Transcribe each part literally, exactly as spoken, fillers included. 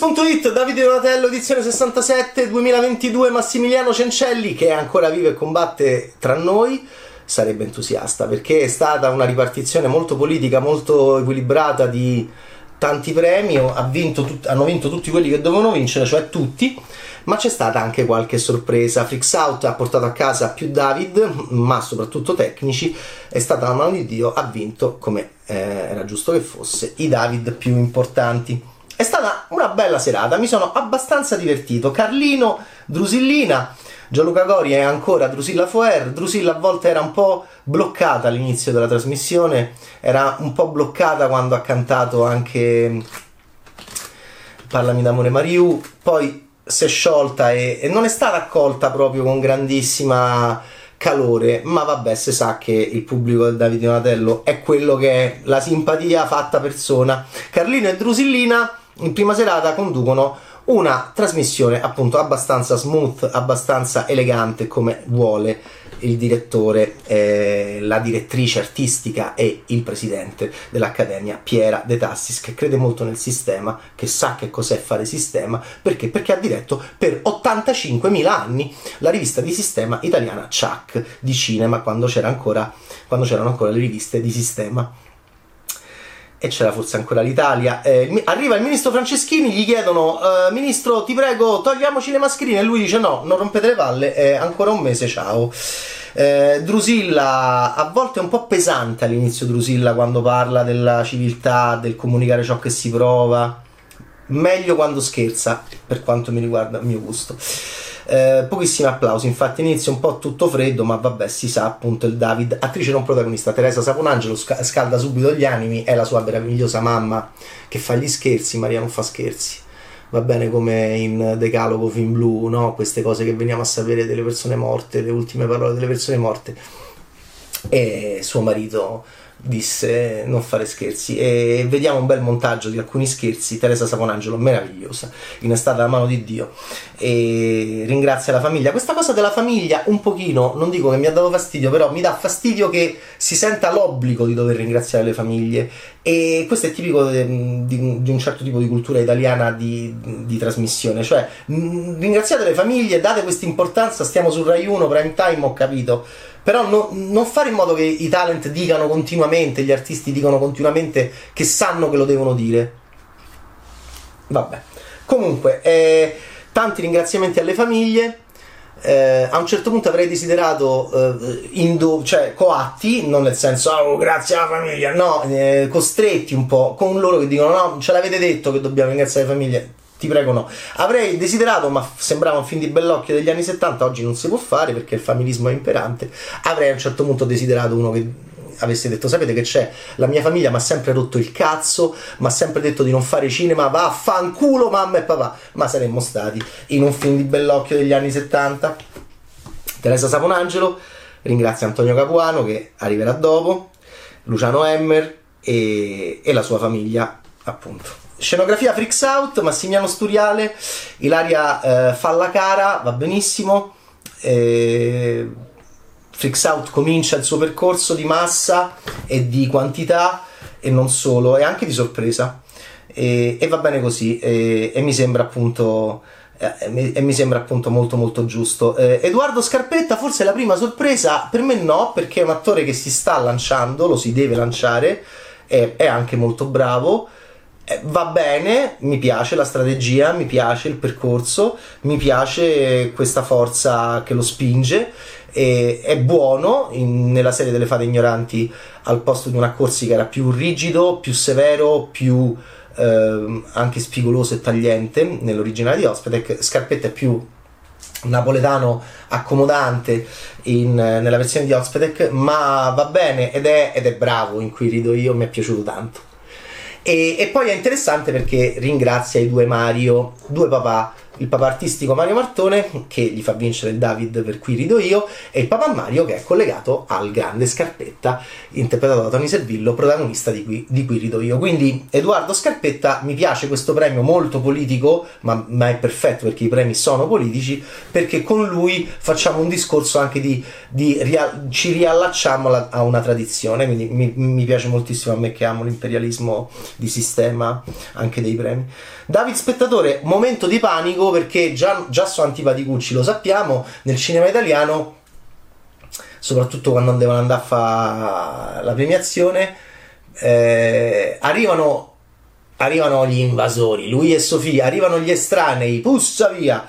punto it, Davide Donatello, edizione sessantasette duemilaventidue, Massimiliano Cencelli, che è ancora vivo e combatte tra noi, sarebbe entusiasta, perché è stata una ripartizione molto politica, molto equilibrata di tanti premi, ha vinto tut- hanno vinto tutti quelli che dovevano vincere, cioè tutti, ma c'è stata anche qualche sorpresa. Freaks Out ha portato a casa più David, ma soprattutto tecnici, è stata la mano di Dio, ha vinto, come eh, era giusto che fosse, i David più importanti. È stata una bella serata, mi sono abbastanza divertito. Carlino, Drusillina, Gianluca Gori è ancora Drusilla Foer. Drusilla a volte era un po' bloccata all'inizio della trasmissione, era un po' bloccata quando ha cantato anche Parlami d'amore Mariù, poi si è sciolta e, e non è stata accolta proprio con grandissima calore, ma vabbè, si sa che il pubblico del Davide Donatello è quello che è, la simpatia fatta persona. Carlino e Drusillina in prima serata conducono una trasmissione appunto abbastanza smooth, abbastanza elegante, come vuole il direttore, eh, la direttrice artistica e il presidente dell'Accademia, Piera De Tassis, che crede molto nel sistema, che sa che cos'è fare sistema, perché? Perché ha diretto per ottantacinquemila anni la rivista di sistema italiana Chuck di cinema, quando c'era ancora, quando c'erano ancora le riviste di sistema. E c'era forse ancora l'Italia. Eh, arriva il ministro Franceschini, gli chiedono eh, ministro, ti prego, togliamoci le mascherine, e lui dice no, non rompete le palle, è ancora un mese, ciao. eh, Drusilla a volte è un po' pesante all'inizio, Drusilla quando parla della civiltà, del comunicare ciò che si prova, meglio quando scherza, per quanto mi riguarda, a mio gusto. Eh, pochissimi applausi, infatti inizia un po' tutto freddo, ma vabbè, si sa, appunto, il David, attrice non protagonista, Teresa Saponangelo, sca- scalda subito gli animi, è la sua meravigliosa mamma che fa gli scherzi. Maria non fa scherzi, va bene, come in Decalogo, Film Blu, no? Queste cose che veniamo a sapere delle persone morte, le ultime parole delle persone morte, e suo marito disse non fare scherzi, e vediamo un bel montaggio di alcuni scherzi. Teresa Saponangelo meravigliosa, in Estate la mano di Dio, e ringrazia la famiglia. Questa cosa della famiglia un pochino, non dico che mi ha dato fastidio, però mi dà fastidio che si senta l'obbligo di dover ringraziare le famiglie, e questo è tipico di, di, di un certo tipo di cultura italiana di, di trasmissione, cioè mh, ringraziate le famiglie, date questa importanza, stiamo su Rai uno prime time, ho capito, però no, non fare in modo che i talent dicano continuamente, gli artisti dicano continuamente che sanno che lo devono dire. Vabbè, comunque eh, tanti ringraziamenti alle famiglie. Eh, a un certo punto avrei desiderato eh, indo- cioè coatti, non nel senso oh, grazie alla famiglia, no, eh, costretti un po', con loro che dicono no, ce l'avete detto che dobbiamo ringraziare le famiglie, ti prego no. Avrei desiderato, ma sembrava un film di Bellocchio degli anni settanta, oggi non si può fare perché il familismo è imperante, avrei a un certo punto desiderato uno che avesse detto sapete che c'è, la mia famiglia mi ha sempre rotto il cazzo, mi ha sempre detto di non fare cinema, vaffanculo mamma e papà, ma saremmo stati in un film di Bellocchio degli anni settanta. Teresa Saponangelo ringrazia Antonio Capuano che arriverà dopo, Luciano Emmer e, e la sua famiglia, appunto. Scenografia Freaks Out, Massimiliano Sturiale, Ilaria eh, Fallacara, va benissimo. eh, Freaks Out comincia il suo percorso di massa e di quantità, e non solo, e anche di sorpresa, e, e va bene così, e, e mi sembra appunto e mi, e mi sembra appunto molto molto giusto. eh, Edoardo Scarpetta forse è la prima sorpresa, per me no, perché è un attore che si sta lanciando, lo si deve lanciare, è, è anche molto bravo. Eh, va bene, mi piace la strategia, mi piace il percorso, mi piace questa forza che lo spinge, e è buono in, nella serie delle Fate Ignoranti, al posto di un Accorsi che era più rigido, più severo, più eh, anche spigoloso e tagliente nell'originale di Ozpetek. Scarpetta è più napoletano accomodante in, nella versione di Ozpetek, ma va bene, ed è, ed è bravo in Qui rido io, mi è piaciuto tanto. E, e poi è interessante perché ringrazia i due Mario, due papà il papà artistico Mario Martone, che gli fa vincere il David per Qui rido io, e il papà Mario, che è collegato al grande Scarpetta, interpretato da Tony Servillo, protagonista di Qui, di Qui rido io. Quindi Edoardo Scarpetta, mi piace questo premio molto politico, ma, ma è perfetto perché i premi sono politici, perché con lui facciamo un discorso anche di, di ria, ci riallacciamo la, a una tradizione, quindi mi, mi piace moltissimo, a me che amo l'imperialismo di sistema anche dei premi. David Spettatore, momento di panico, perché già, già sono antipaticucci, lo sappiamo, nel cinema italiano, soprattutto quando devono andare a fare la premiazione, eh, arrivano, arrivano gli invasori, lui e Sofia, arrivano gli estranei, puzza via,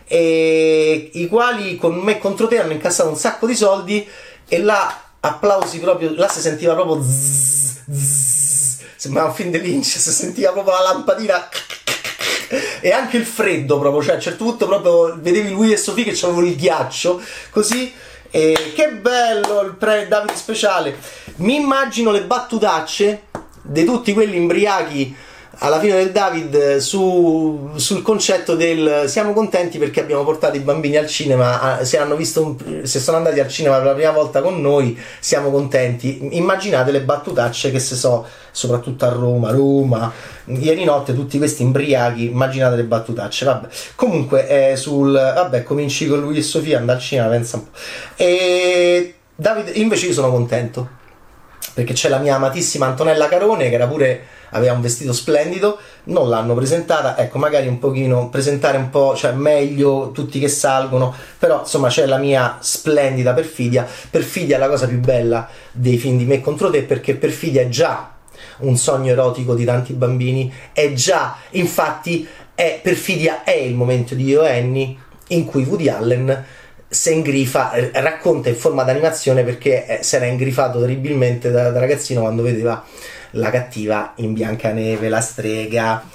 e i quali con me contro te hanno incassato un sacco di soldi, e là applausi proprio, là si sentiva proprio zzz, zzz, sembrava un film di Lynch, si sentiva proprio la lampadina e anche il freddo proprio, cioè a un certo punto proprio vedevi lui e Sofì che c'avevano il ghiaccio così, e che bello il pre David speciale. Mi immagino le battutacce di tutti quelli imbriachi alla fine del David su, sul concetto del siamo contenti perché abbiamo portato i bambini al cinema, se hanno visto un, se sono andati al cinema per la prima volta con noi, siamo contenti. Immaginate le battutacce che se so, soprattutto a Roma, Roma, ieri notte tutti questi imbriachi, immaginate le battutacce, vabbè. Comunque eh, sul, vabbè, cominci con lui e Sofia, andare al cinema, pensa un po'. E David, invece io sono contento perché c'è la mia amatissima Antonella Carone, che era pure, aveva un vestito splendido, non l'hanno presentata, ecco, magari un pochino presentare un po', cioè meglio tutti che salgono, però insomma c'è la mia splendida Perfidia. Perfidia è la cosa più bella dei film di Me contro te, perché Perfidia è già un sogno erotico di tanti bambini, è già, infatti è, Perfidia è il momento di Io e Annie in cui Woody Allen si ingrifa, racconta in forma d'animazione perché si era ingrifato terribilmente da, da ragazzino quando vedeva la cattiva in Biancaneve, la strega,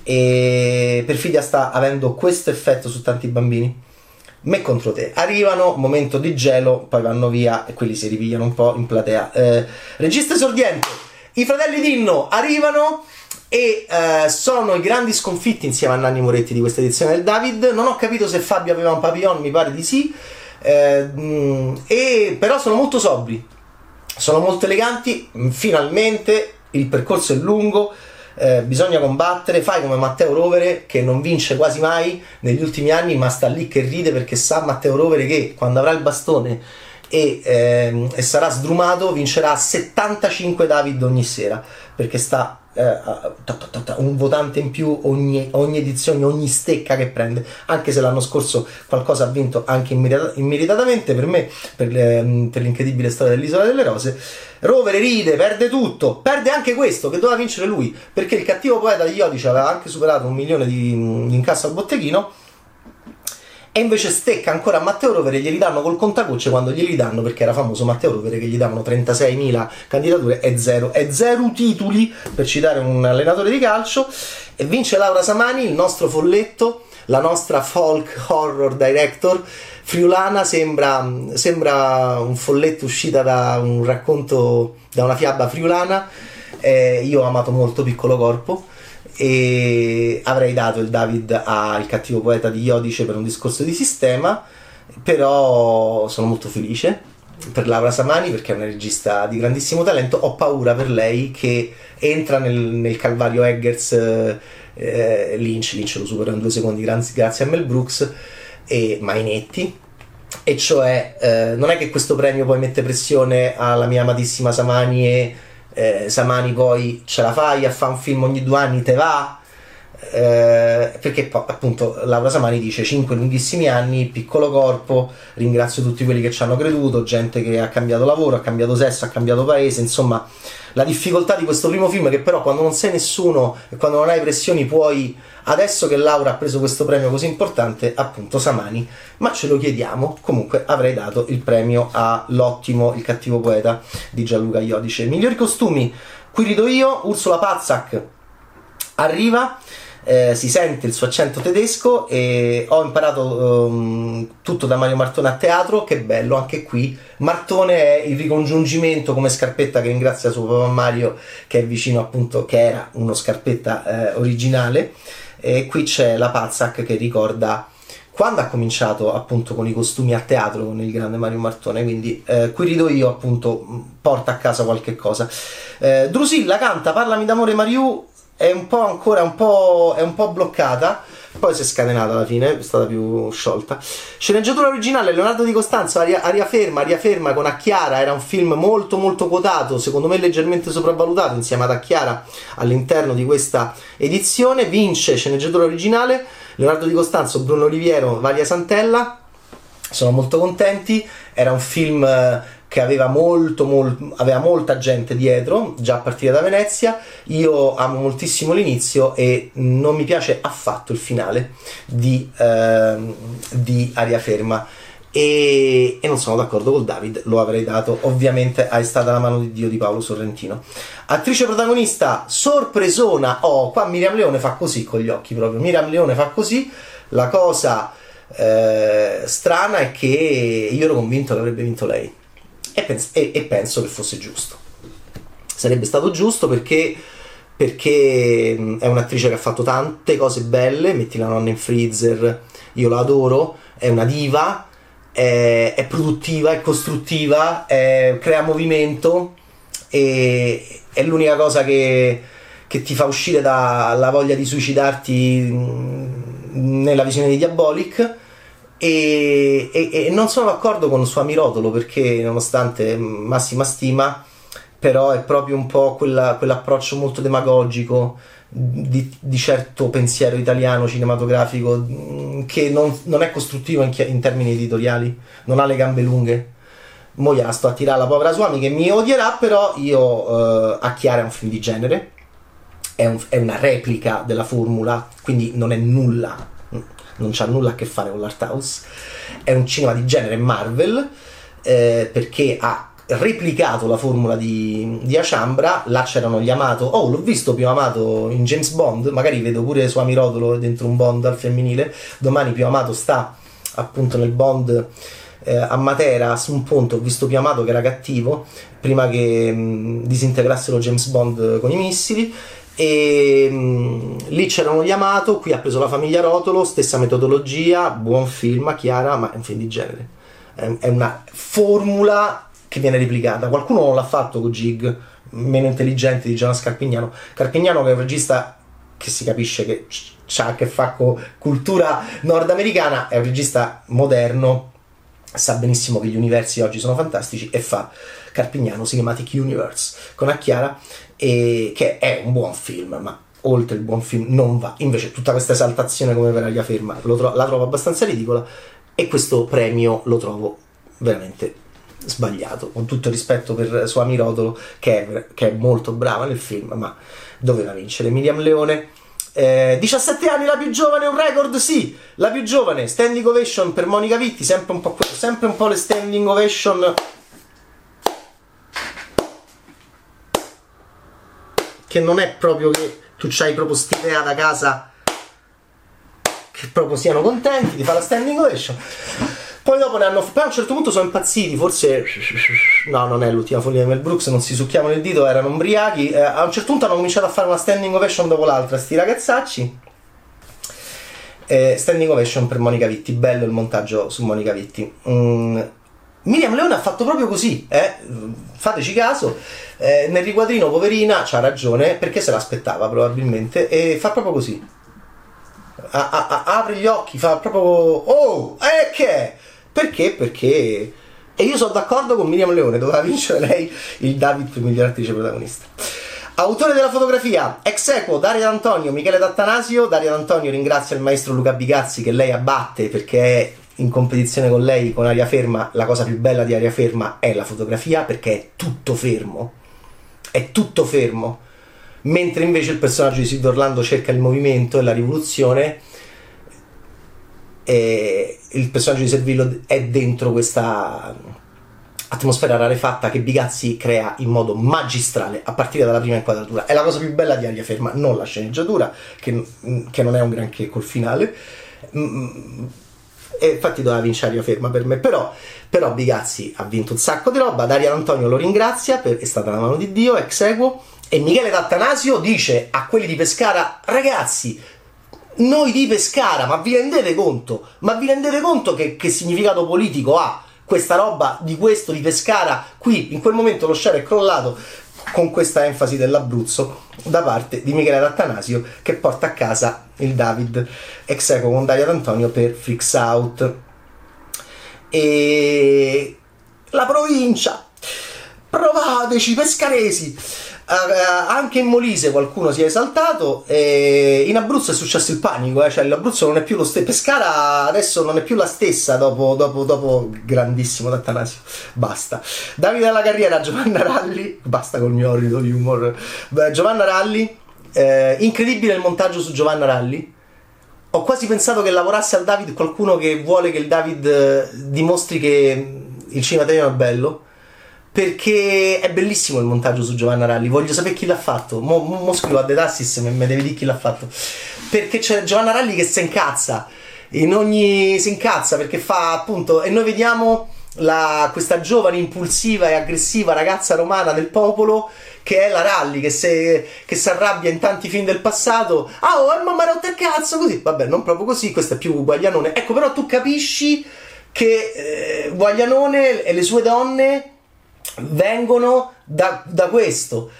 e Perfidia sta avendo questo effetto su tanti bambini. Me contro te, arrivano, momento di gelo, poi vanno via e quelli si ripigliano un po' in platea. Eh, regista esordiente, i fratelli Dinno arrivano e eh, sono i grandi sconfitti insieme a Nanni Moretti di questa edizione del David. Non ho capito se Fabio aveva un papillon, mi pare di sì, eh, mh, e però sono molto sobri, sono molto eleganti. Finalmente il percorso è lungo, eh, bisogna combattere. Fai come Matteo Rovere, che non vince quasi mai negli ultimi anni, ma sta lì che ride perché sa Matteo Rovere che quando avrà il bastone e, ehm, e sarà sdrumato vincerà settantacinque David ogni sera, perché sta eh, ta ta ta ta, un votante in più ogni, ogni edizione, ogni stecca che prende, anche se l'anno scorso qualcosa ha vinto anche immeritatamente per me, per, le, per l'incredibile storia dell'Isola delle Rose. Rovere ride, perde tutto, perde anche questo che doveva vincere lui, perché il cattivo poeta di Iodice aveva anche superato un milione di, di incasso al botteghino, e invece stecca ancora a Matteo Rovere, glieli danno col contagocce quando glieli danno, perché era famoso Matteo Rovere che gli davano trentaseimila candidature e zero, e zero titoli, per citare un allenatore di calcio. E vince Laura Samani, il nostro folletto, la nostra folk horror director friulana, sembra, sembra un folletto uscita da un racconto, da una fiaba friulana. Eh, io ho amato molto Piccolo Corpo e avrei dato il David al cattivo poeta di Iodice per un discorso di sistema, però sono molto felice per Laura Samani perché è una regista di grandissimo talento. Ho paura per lei che entra nel, nel calvario Eggers, eh, Lynch Lynch lo supera in due secondi grazie, grazie a Mel Brooks e Mainetti, e cioè eh, non è che questo premio poi mette pressione alla mia amatissima Samani e Eh, Samani poi ce la fai a fare un film ogni due anni, te va? Eh, perché poi appunto Laura Samani dice cinque lunghissimi anni, Piccolo Corpo, ringrazio tutti quelli che ci hanno creduto, gente che ha cambiato lavoro, ha cambiato sesso, ha cambiato paese, insomma la difficoltà di questo primo film, che però quando non sei nessuno e quando non hai pressioni puoi, adesso che Laura ha preso questo premio così importante, appunto Samani, ma ce lo chiediamo. Comunque avrei dato il premio all'ottimo Il cattivo poeta di Gianluca Iodice. Migliori costumi, Qui rido io, Ursula Pazzak arriva, eh, si sente il suo accento tedesco, e ho imparato um, tutto da Mario Martone a teatro, che bello anche qui. Martone è il ricongiungimento come Scarpetta, che ringrazia suo papà Mario che è vicino, appunto, che era uno Scarpetta eh, originale. E qui c'è la Pazzak che ricorda quando ha cominciato appunto con i costumi a teatro con il grande Mario Martone, quindi eh, qui rido io appunto, porta a casa qualche cosa. eh, Drusilla canta Parlami d'amore Mariù, è un po' ancora un po', è un po' bloccata, poi si è scatenata alla fine, è stata più sciolta. Sceneggiatura originale Leonardo Di Costanzo, Aria, Aria Ferma, Aria Ferma con Acchiara, era un film molto molto quotato, secondo me leggermente sopravvalutato insieme ad Acchiara all'interno di questa edizione. Vince sceneggiatura originale Leonardo Di Costanzo, Bruno Oliviero, Valia Santella, sono molto contenti, era un film che aveva, molto, molto, aveva molta gente dietro, già a partire da Venezia. Io amo moltissimo l'inizio e non mi piace affatto il finale di, eh, di Aria Ferma, e, e non sono d'accordo col David, lo avrei dato ovviamente a È stata la mano di Dio di Paolo Sorrentino. Attrice protagonista, sorpresona, oh, qua Miriam Leone fa così con gli occhi proprio, Miriam Leone fa così. La cosa eh, strana è che io ero convinto che avrebbe vinto lei e, pens- e-, e penso che fosse giusto, sarebbe stato giusto perché perché è un'attrice che ha fatto tante cose belle, metti la nonna in Freezer, io la adoro, è una diva, è, è produttiva, è costruttiva, è, crea movimento, e è l'unica cosa che, che ti fa uscire dalla voglia di suicidarti nella visione di Diabolic. E, e, e non sono d'accordo con Suami Rotolo, perché nonostante massima stima, però è proprio un po' quella, quell'approccio molto demagogico di, di certo pensiero italiano cinematografico che non, non è costruttivo in, in termini editoriali, non ha le gambe lunghe. Mo gliela sto a tirare la povera Suami che mi odierà, però io eh, Acchiara è un film di genere, è, un, è una replica della formula, quindi non è nulla, non c'ha nulla a che fare con l'art house, è un cinema di genere Marvel, eh, perché ha replicato la formula di, di Achambra. Là c'erano gli Amato, oh l'ho visto Pio Amato in James Bond, magari vedo pure Suami Rotolo dentro un Bond al femminile, domani Pio Amato sta appunto nel Bond eh, a Matera, su un ponte ho visto Pio Amato che era cattivo prima che mh, disintegrassero James Bond con i missili. E mh, lì c'erano gli Amato, qui ha preso la famiglia Rotolo, stessa metodologia, buon film, Chiara, ma è un film di genere, è, è una formula che viene replicata. Qualcuno non l'ha fatto con Gig, meno intelligente di Gianna Carpignano Carpignano che è un regista che si capisce che c'ha a che fare con cultura nordamericana, è un regista moderno, sa benissimo che gli universi oggi sono fantastici e fa Carpignano Cinematic Universe con Acchiara, e che è un buon film, ma oltre il buon film non va. Invece tutta questa esaltazione come per Aria Ferma lo tro- la trovo abbastanza ridicola, e questo premio lo trovo veramente sbagliato, con tutto il rispetto per Suami Rotolo che è, che è molto brava nel film, ma doveva vincere Miriam Leone. Eh, diciassette anni, la più giovane, un record, sì, la più giovane, standing ovation per Monica Vitti, sempre un po', sempre un po' le standing ovation che non è proprio che tu c'hai proprio st'idea da casa che proprio siano contenti di fare la standing ovation. Poi dopo ne hanno, poi a un certo punto sono impazziti, forse no, non è l'ultima follia di Mel Brooks, non si succhiavano il dito, erano ubriachi, eh, a un certo punto hanno cominciato a fare una standing ovation dopo l'altra, sti ragazzacci. eh, standing ovation per Monica Vitti, bello il montaggio su Monica Vitti. mm. Miriam Leone ha fatto proprio così, eh? Fateci caso, eh, nel riquadrino poverina c'ha ragione, perché se l'aspettava probabilmente, e fa proprio così, a, a, a, apre gli occhi, fa proprio oh, eh che è? Perché? Perché... E io sono d'accordo con Miriam Leone, doveva vincere lei il David per miglior attrice protagonista. Autore della fotografia, ex equo, Daria D'Antonio, Michele D'Attanasio. Daria D'Antonio ringrazia il maestro Luca Bigazzi che lei abbatte, perché è in competizione con lei, con Aria Ferma. La cosa più bella di Aria Ferma è la fotografia, perché è tutto fermo, è tutto fermo, mentre invece il personaggio di Silvio Orlando cerca il movimento e la rivoluzione, e il personaggio di Servillo è dentro questa atmosfera rarefatta che Bigazzi crea in modo magistrale a partire dalla prima inquadratura. È la cosa più bella di Aria Ferma, non la sceneggiatura, che, che non è un granché col finale, e infatti doveva vincere Aria Ferma per me, però, però Bigazzi ha vinto un sacco di roba. Daria D'Antonio lo ringrazia, per, è stata la mano di Dio, ex equo. E Michele D'Attanasio dice a quelli di Pescara: ragazzi, noi di Pescara, ma vi rendete conto? Ma vi rendete conto che, che significato politico ha questa roba di questo di Pescara? Qui in quel momento lo share è crollato, con questa enfasi dell'Abruzzo da parte di Michele D'Attanasio, che porta a casa il David ex equo con Dario D'Antonio per Freaks Out. E la provincia, provateci pescaresi. Uh, anche in Molise qualcuno si è esaltato, e in Abruzzo è successo il panico, eh? Cioè l'Abruzzo non è più lo stesso, Pescara adesso non è più la stessa dopo, dopo, dopo grandissimo D'Attanasio, basta. Davide alla carriera, Giovanna Ralli, basta col mio orrido di humor. Beh, Giovanna Ralli, eh, incredibile il montaggio su Giovanna Ralli. Ho quasi pensato che lavorasse al David qualcuno che vuole che il David eh, dimostri che il cinema italiano è bello, perché è bellissimo il montaggio su Giovanna Ralli. Voglio sapere chi l'ha fatto. Mo, mo, mo scrivo a The Tassis, me, me devi dire chi l'ha fatto, perché c'è Giovanna Ralli che si incazza in ogni si incazza perché fa appunto, e noi vediamo la, questa giovane impulsiva e aggressiva ragazza romana del popolo che è la Ralli, che si che si arrabbia in tanti film del passato. Ah, oh, mamma rotta il cazzo, così. Vabbè, non proprio così, questo è più Guaglianone. Ecco, però tu capisci che eh, Guaglianone e le sue donne vengono da, da questo.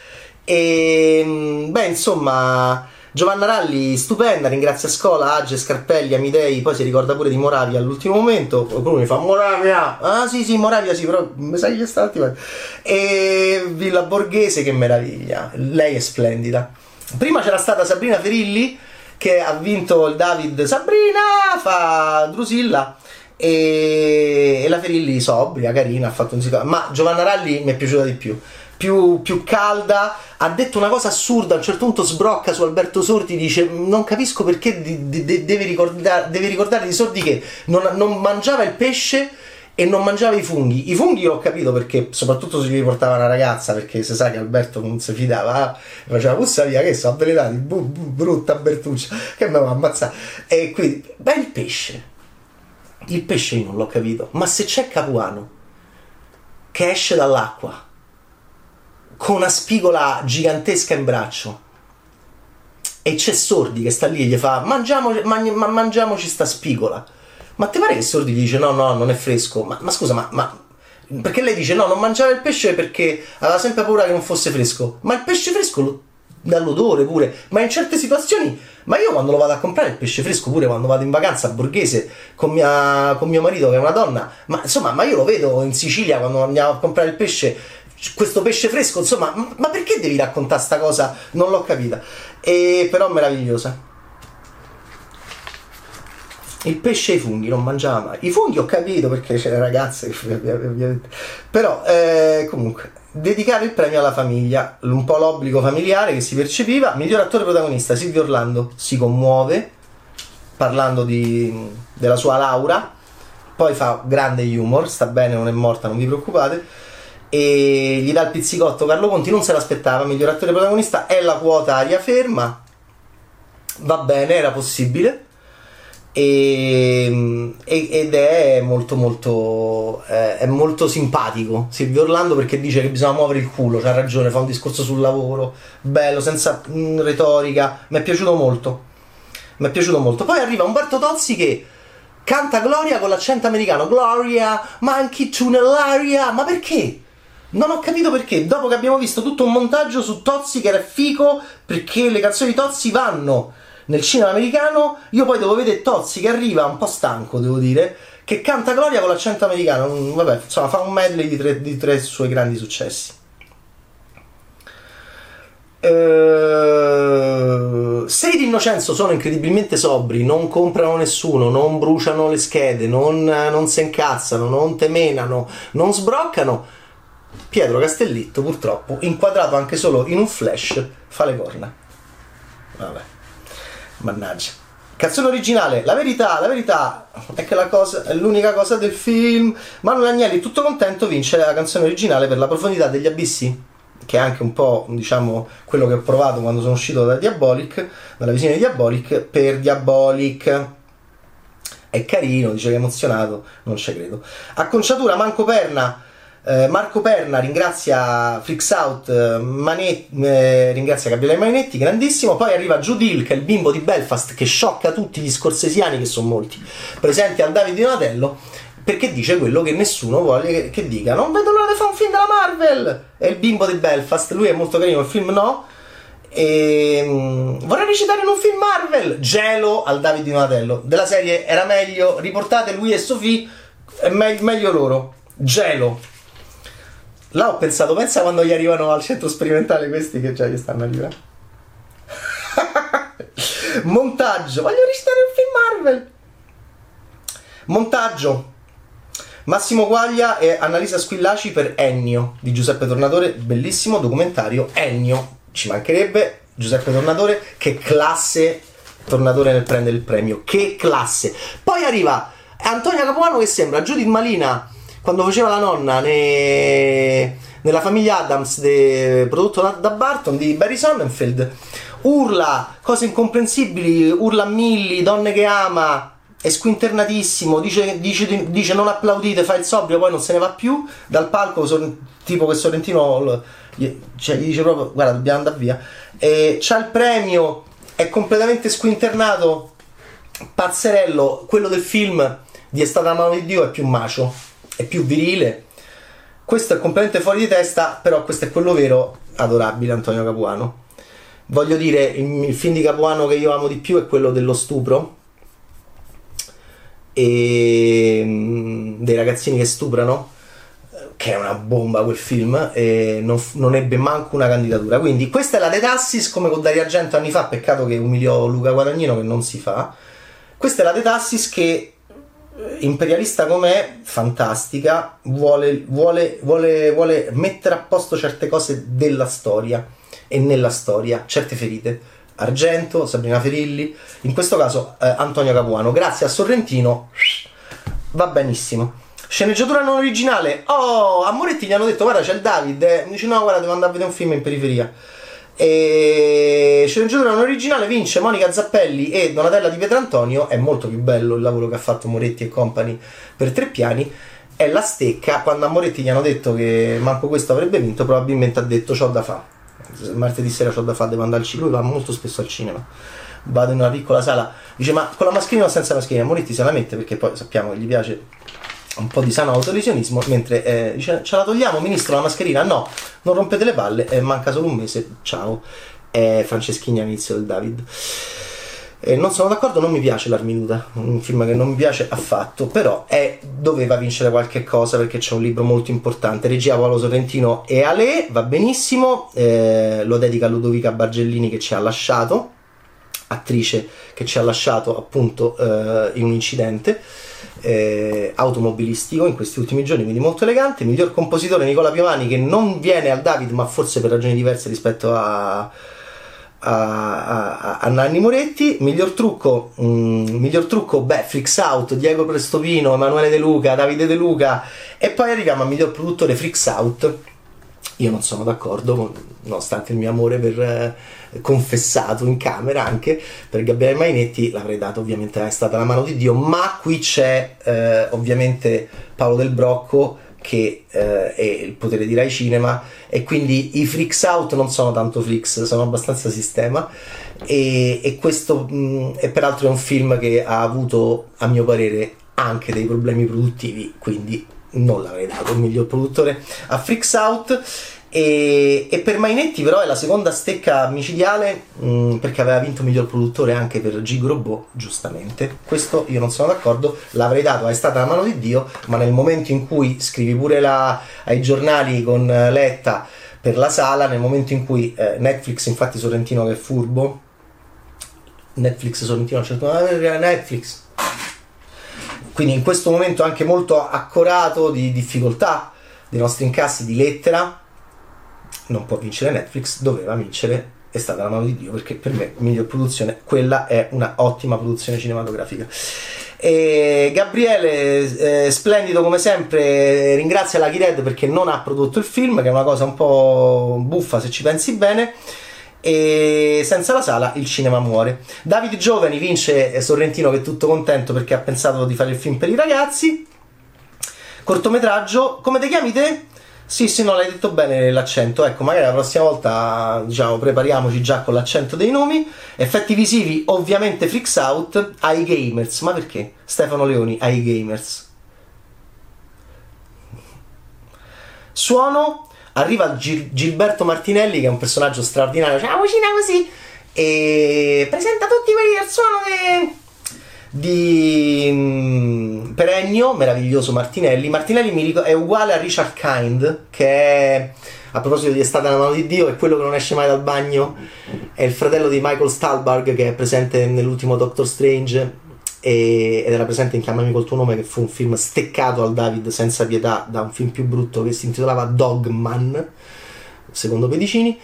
E beh, insomma, Giovanna Ralli stupenda, ringrazia Scola, Age, Scarpelli, Amidei, poi si ricorda pure di Moravia all'ultimo momento. Qualcuno mi fa Moravia, ah sì sì Moravia sì, però mi sa che sta attiva. E Villa Borghese, che meraviglia, lei è splendida. Prima c'era stata Sabrina Ferilli che ha vinto il David. Sabrina fa Drusilla. E, e la Ferilli sobria, carina, ha fatto un sicuro. Ma Giovanna Ralli mi è piaciuta di più, più, più calda. Ha detto una cosa assurda, a un certo punto sbrocca su Alberto Sordi, dice non capisco perché di, di, deve, ricordare, deve ricordare di Sordi che non, non mangiava il pesce e non mangiava i funghi. I funghi l'ho capito, perché soprattutto se gli portava una ragazza, perché si sa che Alberto non si fidava, eh? Faceva puzza via, che so, avvelenati, bu, bu, brutta Bertuccia, che mi va a ammazzare. E quindi, beh, il pesce il pesce io non l'ho capito, ma se c'è Capuano che esce dall'acqua con una spigola gigantesca in braccio e c'è Sordi che sta lì e gli fa mangiamoci, man, man, mangiamoci sta spigola, ma ti pare che Sordi gli dice no no non è fresco? Ma, ma scusa, ma, ma perché lei dice no, non mangiava il pesce perché aveva sempre paura che non fosse fresco? Ma il pesce fresco lo, dall'odore pure, ma in certe situazioni, ma io quando lo vado a comprare il pesce fresco, pure quando vado in vacanza a Borghese con, mia, con mio marito che è una donna, ma insomma, ma io lo vedo in Sicilia quando andiamo a comprare il pesce, questo pesce fresco, insomma, ma, ma perché devi raccontare sta cosa? Non l'ho capita, e però meravigliosa. Il pesce e i funghi non mangiava mai. I funghi ho capito perché c'è le ragazze, però eh, comunque dedicare il premio alla famiglia, un po' l'obbligo familiare che si percepiva. Miglior attore protagonista Silvio Orlando si commuove parlando di, della sua Laura, poi fa grande humor, sta bene, non è morta, non vi preoccupate, e gli dà il pizzicotto Carlo Conti, non se l'aspettava. Miglior attore protagonista è la quota Aria Ferma, va bene, era possibile. E, ed è molto molto eh, è molto simpatico Silvio Orlando, perché dice che bisogna muovere il culo, c'ha ragione, fa un discorso sul lavoro bello, senza mh, retorica, mi è piaciuto molto mi è piaciuto molto. Poi arriva Umberto Tozzi che canta Gloria con l'accento americano, Gloria, manchi tu nell'aria, ma perché? Non ho capito perché, dopo che abbiamo visto tutto un montaggio su Tozzi che era fico, perché le canzoni di Tozzi vanno nel cinema americano, io poi devo vedere Tozzi che arriva un po' stanco, devo dire, che canta Gloria con l'accento americano. Vabbè, insomma, fa un medley di tre, di tre suoi grandi successi. Uh, Sei di Innocenzo sono incredibilmente sobri, non comprano nessuno, non bruciano le schede, non, non si incazzano, non temenano, non sbroccano. Pietro Castellitto, purtroppo, inquadrato anche solo in un flash, fa le corna. Vabbè. Mannaggia. Canzone originale, la verità, la verità è che la cosa è l'unica cosa del film. Manuel Agnelli, tutto contento, vince la canzone originale per La profondità degli abissi, che è anche un po', diciamo, quello che ho provato quando sono uscito da Diabolic, dalla visione di Diabolic, per Diabolic. È carino, dice che è emozionato, non ci credo. Acconciatura, Manco Perna, Eh, Marco Perna ringrazia Freaks Out, eh, Manetti, eh, ringrazia Gabriele Mainetti, grandissimo. Poi arriva Jude Hill, che è il bimbo di Belfast, che sciocca tutti gli scorsesiani, che sono molti, presenti al David di Donatello, perché dice quello che nessuno vuole che, che dica. Non vedo l'ora di fare un film della Marvel! È il bimbo di Belfast, lui è molto carino, il film no. E, um, vorrei recitare in un film Marvel. Gelo al David di Donatello, della serie era meglio, riportate lui e Sophie, è me- meglio loro. Gelo. Là ho pensato, pensa quando gli arrivano al centro sperimentale questi che già gli stanno arrivando. Montaggio, voglio recitare un film Marvel. Montaggio, Massimo Guaglia e Annalisa Squillaci per Ennio di Giuseppe Tornatore, bellissimo documentario. Ennio, ci mancherebbe. Giuseppe Tornatore, che classe Tornatore nel prendere il premio, che classe. Poi arriva Antonia Capuano che sembra Judith Malina quando faceva la nonna ne... nella famiglia Addams, de... prodotto da, da Barton, di Barry Sonnenfeld. Urla cose incomprensibili, urla a Milli, donne che ama, è squinternatissimo, dice, dice, dice non applaudite, fa il sobrio, poi non se ne va più dal palco, son, tipo che Sorrentino cioè, gli dice proprio guarda dobbiamo andare via, e c'ha il premio, è completamente squinternato, pazzerello. Quello del film di È stata la mano di Dio è più macio, è più virile, questo è completamente fuori di testa, però questo è quello vero. Adorabile Antonio Capuano. Voglio dire, il, il film di Capuano che io amo di più è quello dello stupro e mm, dei ragazzini che stuprano, che è una bomba quel film, e non, non ebbe manco una candidatura. Quindi questa è la De Tassis, come con Dario Argento anni fa, peccato che umiliò Luca Guadagnino, che non si fa. Questa è la De Tassis che, imperialista com'è, fantastica, vuole, vuole, vuole, vuole mettere a posto certe cose della storia e nella storia, certe ferite. Argento, Sabrina Ferilli, in questo caso eh, Antonio Capuano. Grazie a Sorrentino va benissimo. Sceneggiatura non originale. Oh, a Moretti gli hanno detto guarda c'è il David, eh. Mi dice no guarda devo andare a vedere un film in periferia. E sceneggiatura non originale vince Monica Zappelli e Donatella Di Pietrantonio. È molto più bello il lavoro che ha fatto Moretti e Company per Tre Piani. È la stecca. Quando a Moretti gli hanno detto che manco questo avrebbe vinto, probabilmente ha detto c'ho da fa, martedì sera c'ho da fare, devo andare al cinema. Lui va molto spesso al cinema, vado in una piccola sala, dice ma con la mascherina o senza mascherina? Moretti se la mette perché poi sappiamo che gli piace un po' di sano autolesionismo, mentre eh, dice ce la togliamo ministro la mascherina? No, non rompete le palle, eh, manca solo un mese, ciao. È Franceschini all'inizio del David. Eh, non sono d'accordo, non mi piace L'Arminuta, un film che non mi piace affatto, però è, doveva vincere qualche cosa perché c'è un libro molto importante. Regia Paolo Sorrentino e Ale, va benissimo, eh, lo dedica a Ludovica Bargellini che ci ha lasciato, attrice che ci ha lasciato appunto eh, in un incidente eh, automobilistico in questi ultimi giorni, quindi molto elegante. Miglior compositore Nicola Piovani, che non viene al David ma forse per ragioni diverse rispetto a A, a, a Nanni Moretti. Miglior trucco, mh, miglior trucco, beh, Freaks Out, Diego Prestopino, Emanuele De Luca, Davide De Luca. E poi arriviamo al miglior produttore Freaks Out. Io non sono d'accordo, nonostante il mio amore per eh, confessato in camera anche per Gabriele Mainetti, l'avrei dato ovviamente È stata la mano di Dio, ma qui c'è eh, ovviamente Paolo Del Brocco che eh, è il potere di Rai Cinema, e quindi i Freaks Out non sono tanto freaks, sono abbastanza sistema, e, e questo mh, e peraltro è un film che ha avuto a mio parere anche dei problemi produttivi, quindi non l'avrei dato il miglior produttore a Freaks Out. E, e per Mainetti però è la seconda stecca micidiale, mh, perché aveva vinto miglior produttore anche per Gigo Robot, giustamente. Questo io non sono d'accordo, l'avrei dato a È stata la mano di Dio, ma nel momento in cui scrivi pure la, ai giornali con Letta per la sala, nel momento in cui eh, Netflix, infatti Sorrentino che è furbo, Netflix Sorrentino certo Netflix, quindi in questo momento anche molto accorato di difficoltà dei nostri incassi di Lettera, non può vincere Netflix, doveva vincere È stata la mano di Dio, perché per me miglior produzione, quella è una ottima produzione cinematografica. E Gabriele eh, splendido come sempre, ringrazia la Kired perché non ha prodotto il film, che è una cosa un po' buffa se ci pensi bene, e senza la sala il cinema muore. David Giovani vince Sorrentino che è tutto contento perché ha pensato di fare il film per i ragazzi. Cortometraggio Come te chiami te? Sì, sì, no, l'hai detto bene l'accento. Ecco, magari la prossima volta, diciamo, prepariamoci già con l'accento dei nomi. Effetti visivi, ovviamente Freaks Out, ai gamers. Ma perché? Stefano Leoni, ai gamers. Suono, arriva Gil- Gilberto Martinelli, che è un personaggio straordinario, c'ha la vocina così, e presenta tutti quelli del suono che... di mm, Perenio, meraviglioso Martinelli. Martinelli mi ricordo, è uguale a Richard Kind, che è, a proposito di È stata una mano di Dio, è quello che non esce mai dal bagno, è il fratello di Michael Stuhlbarg, che è presente nell'ultimo Doctor Strange e, ed era presente in Chiamami col tuo nome, che fu un film steccato al David senza pietà da un film più brutto che si intitolava Dogman, secondo Pedicini.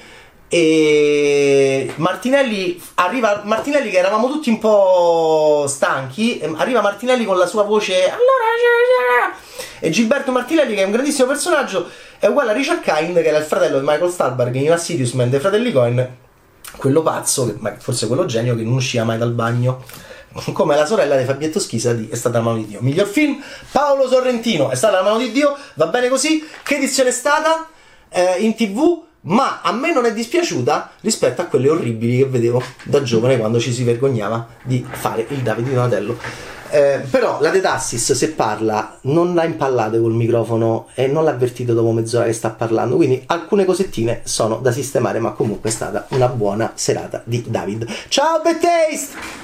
E Martinelli arriva, Martinelli che eravamo tutti un po' stanchi, arriva Martinelli con la sua voce, allora, e Gilberto Martinelli, che è un grandissimo personaggio, è uguale a Richard Kind, che era il fratello di Michael Stuhlbarg in Assidious Man dei fratelli Coen, quello pazzo, ma forse quello genio, che non usciva mai dal bagno, come la sorella di Fabietto Schisa di È stata la mano di Dio. Miglior film, Paolo Sorrentino, È stata la mano di Dio, va bene così. Che edizione è stata? Eh, in tv? Ma a me non è dispiaciuta rispetto a quelle orribili che vedevo da giovane, quando ci si vergognava di fare il Davide di Donatello. Eh, però la De Tassis, se parla, non la impallate col microfono e non l'ha avvertito dopo mezz'ora che sta parlando, quindi alcune cosettine sono da sistemare, ma comunque è stata una buona serata di David. Ciao Bad Taste!